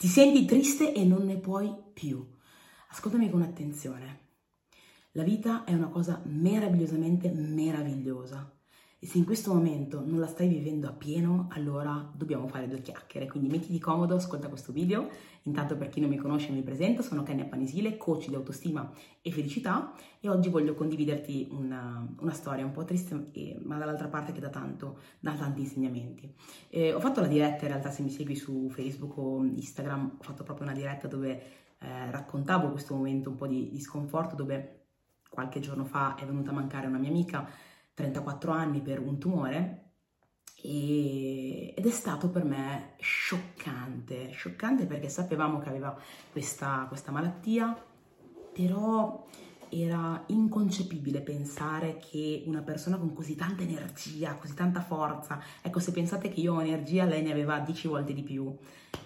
Ti senti triste e non ne puoi più. Ascoltami con attenzione. La vita è una cosa meravigliosamente meravigliosa e se in questo momento non la stai vivendo appieno, allora dobbiamo fare due chiacchiere. Quindi mettiti comodo, ascolta questo video. Intanto, per chi non mi conosce, mi presento, sono Kenia Panisile, coach di autostima e felicità, e oggi voglio condividerti una storia un po' triste, ma dall'altra parte che dà tanti insegnamenti. Ho fatto la diretta, in realtà, se mi segui su Facebook o Instagram, ho fatto proprio una diretta dove raccontavo questo momento un po' di sconforto, dove qualche giorno fa è venuta a mancare una mia amica, 34 anni, per un tumore, ed è stato per me scioccante perché sapevamo che aveva questa malattia, però era inconcepibile pensare che una persona con così tanta energia, così tanta forza, ecco, se pensate che io ho energia, lei ne aveva 10 volte di più,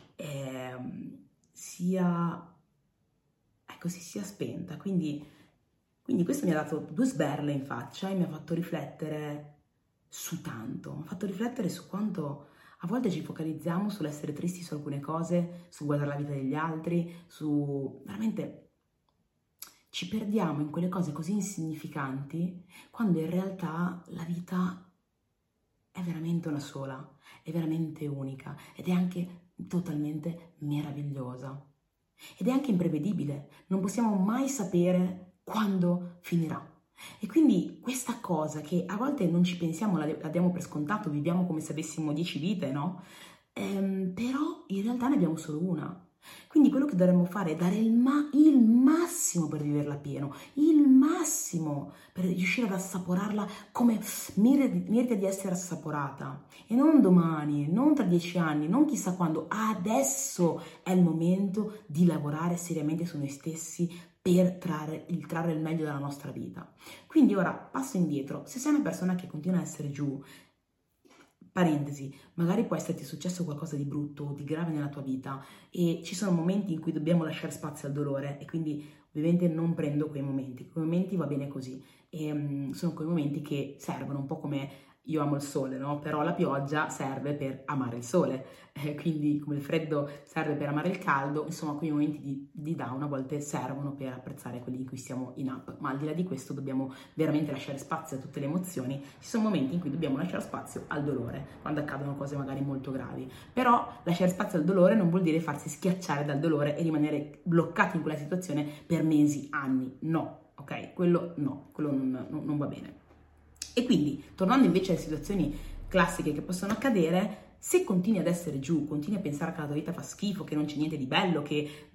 si sia spenta. Quindi questo mi ha dato due sberle in faccia e mi ha fatto riflettere su tanto, mi ha fatto riflettere su quanto a volte ci focalizziamo sull'essere tristi su alcune cose, su guardare la vita degli altri, veramente ci perdiamo in quelle cose così insignificanti, quando in realtà la vita è veramente una sola, è veramente unica ed è anche totalmente meravigliosa. Ed è anche imprevedibile, non possiamo mai sapere quando finirà. E quindi questa cosa che a volte non ci pensiamo, la diamo per scontato, viviamo come se avessimo 10 vite, no? Però in realtà ne abbiamo solo una. Quindi quello che dovremmo fare è dare il massimo per viverla pieno, il massimo per riuscire ad assaporarla come merita di essere assaporata. E non domani, non tra 10 anni, non chissà quando. Adesso è il momento di lavorare seriamente su noi stessi per trarre il meglio dalla nostra vita. Quindi ora passo indietro. Se sei una persona che continua a essere giù, parentesi, magari può esserti successo qualcosa di brutto o di grave nella tua vita e ci sono momenti in cui dobbiamo lasciare spazio al dolore, e quindi ovviamente non prendo quei momenti va bene così, e sono quei momenti che servono, un po' come io amo il sole, no? Però la pioggia serve per amare il sole, quindi come il freddo serve per amare il caldo, insomma quei momenti di down a volte servono per apprezzare quelli in cui siamo in up, ma al di là di questo dobbiamo veramente lasciare spazio a tutte le emozioni. Ci sono momenti in cui dobbiamo lasciare spazio al dolore, quando accadono cose magari molto gravi, però lasciare spazio al dolore non vuol dire farsi schiacciare dal dolore e rimanere bloccati in quella situazione per mesi, anni, no, ok? Quello non va bene. E quindi, tornando invece alle situazioni classiche che possono accadere, se continui ad essere giù, continui a pensare che la tua vita fa schifo, che non c'è niente di bello, che...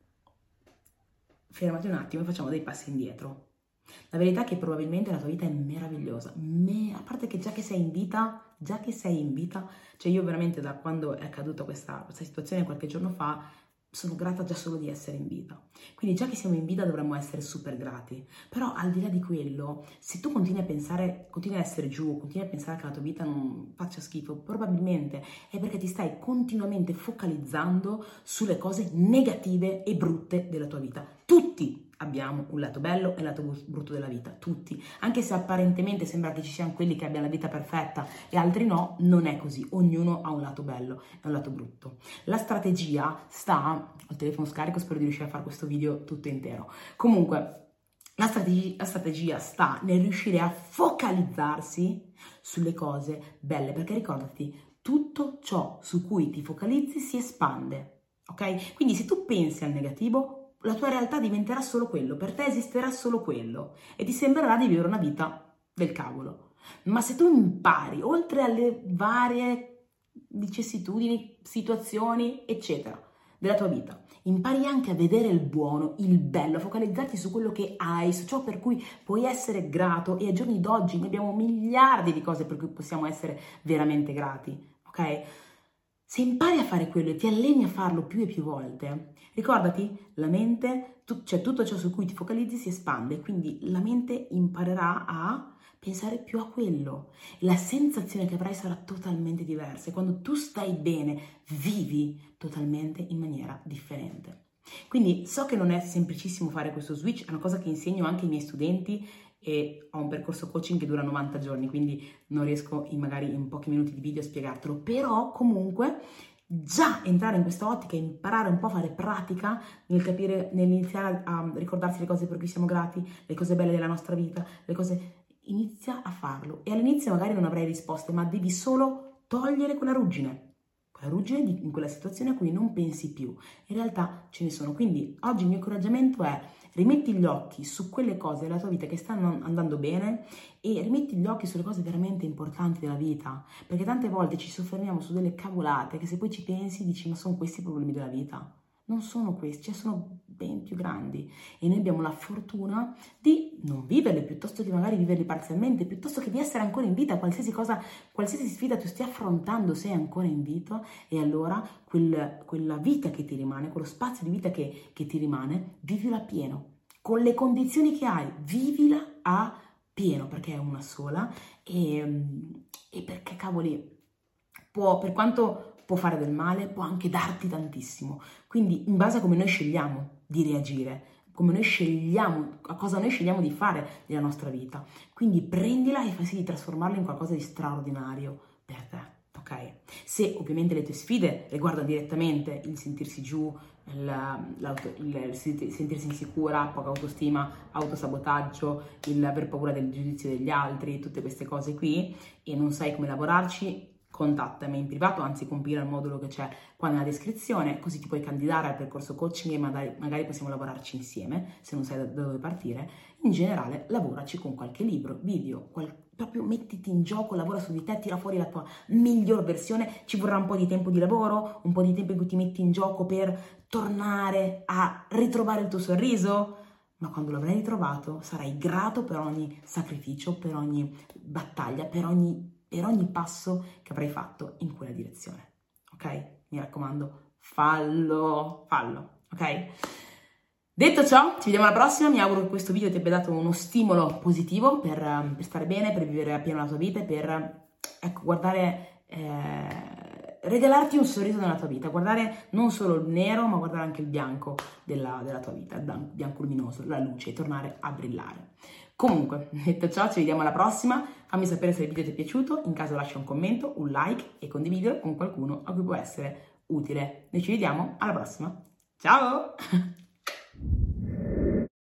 fermati un attimo e facciamo dei passi indietro. La verità è che probabilmente la tua vita è meravigliosa, a parte che già che sei in vita, cioè io veramente da quando è accaduta questa situazione qualche giorno fa, sono grata già solo di essere in vita. Quindi già che siamo in vita dovremmo essere super grati. Però al di là di quello, se tu continui a essere giù, continui a pensare che la tua vita non faccia schifo, probabilmente è perché ti stai continuamente focalizzando sulle cose negative e brutte della tua vita. Tutti abbiamo un lato bello e un lato brutto della vita, tutti. Anche se apparentemente sembra che ci siano quelli che abbiano la vita perfetta e altri no, non è così. Ognuno ha un lato bello e un lato brutto. La strategia sta... Ho il telefono scarico, spero di riuscire a fare questo video tutto intero. Comunque, la strategia sta nel riuscire a focalizzarsi sulle cose belle, perché ricordati, tutto ciò su cui ti focalizzi si espande, ok? Quindi se tu pensi al negativo, la tua realtà diventerà solo quello, per te esisterà solo quello e ti sembrerà di vivere una vita del cavolo. Ma se tu impari, oltre alle varie vicissitudini, situazioni, eccetera, della tua vita, impari anche a vedere il buono, il bello, a focalizzarti su quello che hai, su ciò per cui puoi essere grato, e ai giorni d'oggi ne abbiamo miliardi di cose per cui possiamo essere veramente grati, ok? Se impari a fare quello e ti alleni a farlo più e più volte, ricordati, la mente, cioè tutto ciò su cui ti focalizzi si espande, quindi la mente imparerà a pensare più a quello. La sensazione che avrai sarà totalmente diversa e quando tu stai bene, vivi totalmente in maniera differente. Quindi so che non è semplicissimo fare questo switch, è una cosa che insegno anche ai miei studenti e ho un percorso coaching che dura 90 giorni, quindi non riesco magari in pochi minuti di video a spiegartelo, però comunque già entrare in questa ottica e imparare un po' a fare pratica nel capire, nell'iniziare a ricordarsi le cose per cui siamo grati, le cose belle della nostra vita, le cose... Inizia a farlo e all'inizio magari non avrai risposte, ma devi solo togliere quella ruggine in quella situazione a cui non pensi più. In realtà ce ne sono, quindi oggi il mio incoraggiamento è: rimetti gli occhi su quelle cose della tua vita che stanno andando bene e rimetti gli occhi sulle cose veramente importanti della vita, perché tante volte ci soffermiamo su delle cavolate che se poi ci pensi dici ma sono questi i problemi della vita? Non sono questi, cioè sono ben più grandi e noi abbiamo la fortuna di non viverli, piuttosto che magari viverli parzialmente, piuttosto che di essere ancora in vita, qualsiasi cosa, qualsiasi sfida tu stia affrontando, sei ancora in vita e allora quella vita che ti rimane, quello spazio di vita che ti rimane, vivila pieno, con le condizioni che hai, vivila a pieno, perché è una sola e perché cavoli, per quanto può fare del male, può anche darti tantissimo. Quindi in base a come noi scegliamo di reagire, come noi scegliamo, a cosa noi scegliamo di fare nella nostra vita. Quindi prendila e fai sì di trasformarla in qualcosa di straordinario per te, ok? Se ovviamente le tue sfide riguardano direttamente il sentirsi giù, il sentirsi insicura, poca autostima, autosabotaggio, il aver paura del giudizio degli altri, tutte queste cose qui, e non sai come lavorarci, contattami in privato, anzi compila il modulo che c'è qua nella descrizione, così ti puoi candidare al percorso coaching e magari possiamo lavorarci insieme, se non sai da dove partire. In generale, lavoraci con qualche libro, video, proprio mettiti in gioco, lavora su di te, tira fuori la tua miglior versione. Ci vorrà un po' di tempo di lavoro, un po' di tempo in cui ti metti in gioco per tornare a ritrovare il tuo sorriso, ma quando l'avrai ritrovato sarai grato per ogni sacrificio, per ogni battaglia, per ogni passo che avrai fatto in quella direzione, ok? Mi raccomando, fallo, ok? Detto ciò, ci vediamo alla prossima, mi auguro che questo video ti abbia dato uno stimolo positivo per stare bene, per vivere appieno la tua vita e per, ecco, guardare, regalarti un sorriso nella tua vita, guardare non solo il nero, ma guardare anche il bianco della tua vita, il bianco luminoso, la luce, e tornare a brillare. Comunque, detto ciò, ci vediamo alla prossima. Fammi sapere se il video ti è piaciuto, in caso lascia un commento, un like e condividilo con qualcuno a cui può essere utile. Noi ci vediamo alla prossima. Ciao!